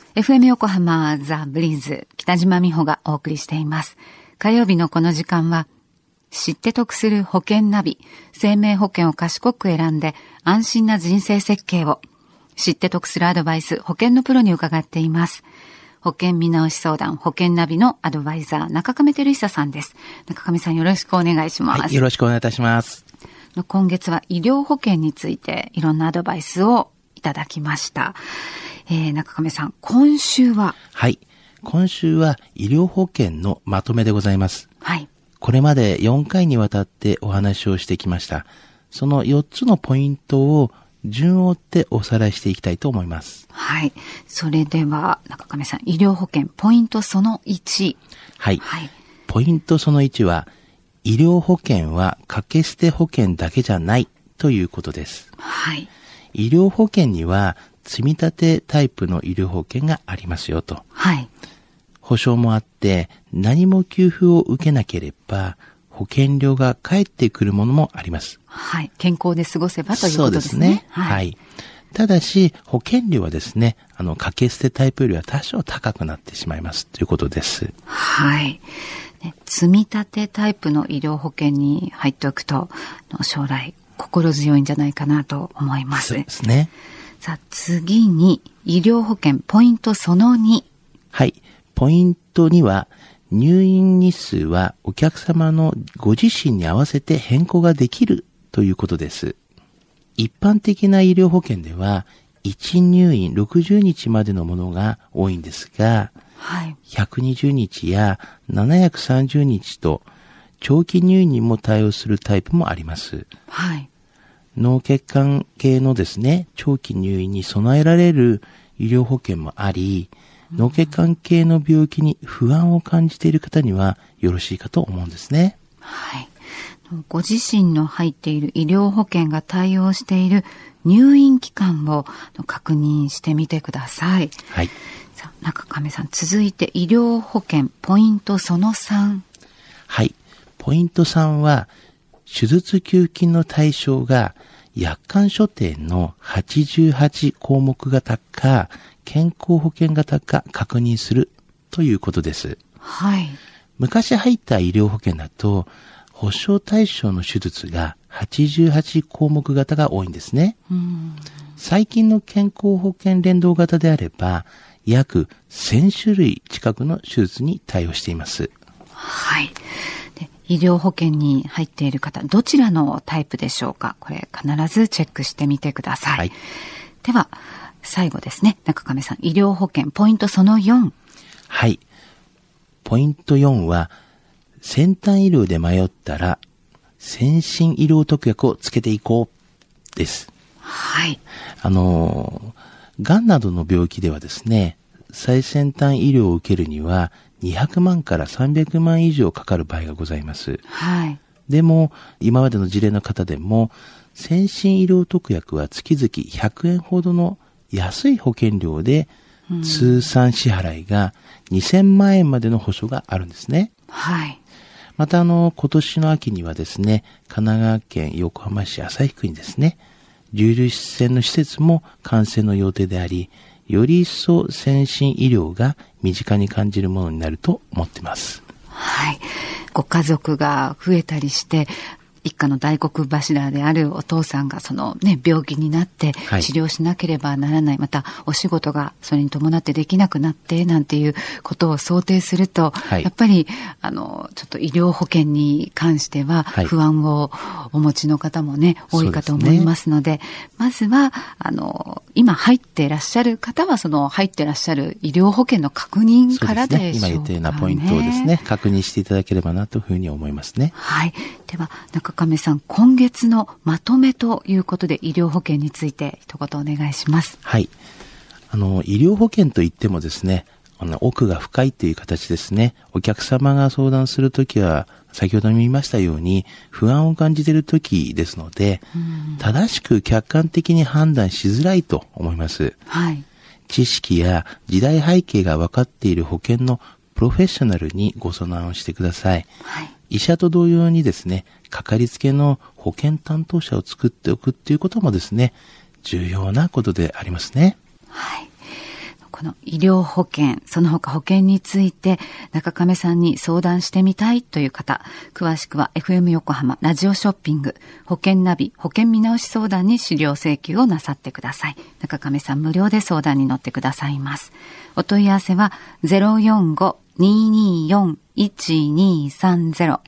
FM 横浜ザ・ブリーズ北島美穂がお送りしています。火曜日のこの時間は知って得する保険ナビ、生命保険を賢く選んで安心な人生設計を、知って得するアドバイス、保険のプロに伺っています。保険見直し相談、保険ナビのアドバイザー、中亀照久さんです。中亀さん、よろしくお願いします。 はい、よろしくお願いいたします。 今月は医療保険についていろんなアドバイスをいただきました。中亀さん、今週は？ はい、今週は医療保険のまとめでございます。 はい。 これまで4回にわたってお話をしてきました。その4つのポイントを順を追っておさらいしていきたいと思います。 はい。それでは中亀さん、医療保険ポイントその1。 はい。はい、ポイントその1は、医療保険は掛け捨て保険だけじゃないということです。 はい。 医療保険には積み立てタイプの医療保険がありますよと。 はい。 保証もあって何も給付を受けなければ保険料が返ってくるものもあります。 はい。健康で過ごせばということですね。 そうですね。はい。ただし保険料はですね、掛け捨てタイプよりは多少高くなってしまいますということです。 はい。積み立てタイプの医療保険に入っておくと将来心強いんじゃないかなと思います。 そうですね。 さあ次に医療保険ポイントその2。 はい。ポイント2は入院日数はお客様のご自身に合わせて変更ができるということです。一般的な医療保険では1入院60日までのものが多いんですが、 はい、 120日や730日と長期入院にも対応するタイプもあります。 はい。 脳血管系のですね、長期入院に備えられる医療保険もあり、脳血管系の病気に不安を感じている方にはよろしいかと思うんですね。 はい。ご自身の入っている医療保険が対応している入院期間を確認してみてください。 はい。 さあ、中亀さん、続いて医療保険ポイントその3。 はい。ポイント3は、手術給付金の対象が約款書店の88項目型か健康保険型か確認するということです。 はい。 昔入った医療保険だと保証対象の手術が88項目型が多いんですね。最近の健康保険連動型であれば約1000種類近くの手術に対応しています。 はい。医療保険に入っている方、どちらのタイプでしょうか？これ必ずチェックしてみてください。はい、では、最後ですね。中亀さん、医療保険ポイントその4。 はい。ポイント4は、先端医療で迷ったら、先進医療特約をつけていこうです。 はい。 がんなどの病気ではですね、最先端医療を受けるには、200万から300万以上かかる場合がございます。 はい。 でも、今までの事例の方でも、先進医療特約は月々100円ほどの安い保険料で、通算支払いが2000万円までの保証があるんですね。 はい。 また今年の秋にはですね、神奈川県横浜市旭区にですね、重粒子線の施設も完成の予定であり、より一層先進医療が身近に感じるものになると思っています。 はい。ご家族が増えたりして、一家の大黒柱であるお父さんが病気になって治療しなければならない、またお仕事がそれに伴ってできなくなってなんていうことを想定すると、やっぱりちょっと医療保険に関しては不安をお持ちの方も多いかと思いますので、まずは今入っていらっしゃる方はその入っていらっしゃる医療保険の確認からでしょうかね。 今言ったようなポイントをですね、確認していただければなというふうに思いますね。 はい。では中亀さん、今月のまとめということで医療保険について一言お願いします。 はい。医療保険といってもですね、奥が深いという形ですね。お客様が相談するときは、先ほども言いましたように、不安を感じているときですので、正しく客観的に判断しづらいと思います。 はい。 知識や時代背景が分かっている保険のプロフェッショナルにご相談をしてください。 はい。 医者と同様にですね、かかりつけの保険担当者を作っておくっていうこともですね、重要なことでありますね。 はい。 この医療保険、その他保険について中亀さんに相談してみたいという方、詳しくは FM 横浜ラジオショッピング保険ナビ保険見直し相談に資料請求をなさってください。中亀さん無料で相談に乗ってくださいます。お問い合わせは 045-224-1230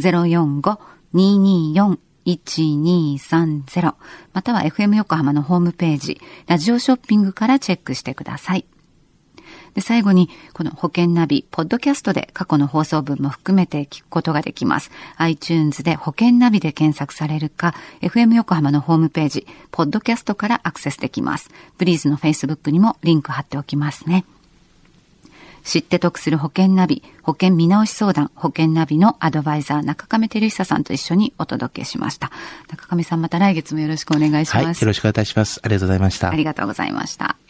045-224-1230または FM 横浜のホームページラジオショッピングからチェックしてください。で、最後にこの保険ナビポッドキャストで過去の放送分も含めて聞くことができます。 iTunes で保険ナビで検索されるか FM 横浜のホームページポッドキャストからアクセスできます。ブリーズの Facebook にもリンク貼っておきますね。知って得する保険ナビ保険見直し相談保険ナビのアドバイザー中亀照久さんと一緒にお届けしました。中亀さん、また来月もよろしくお願いします。 はい、よろしくお願いいたします。ありがとうございました。 ありがとうございました。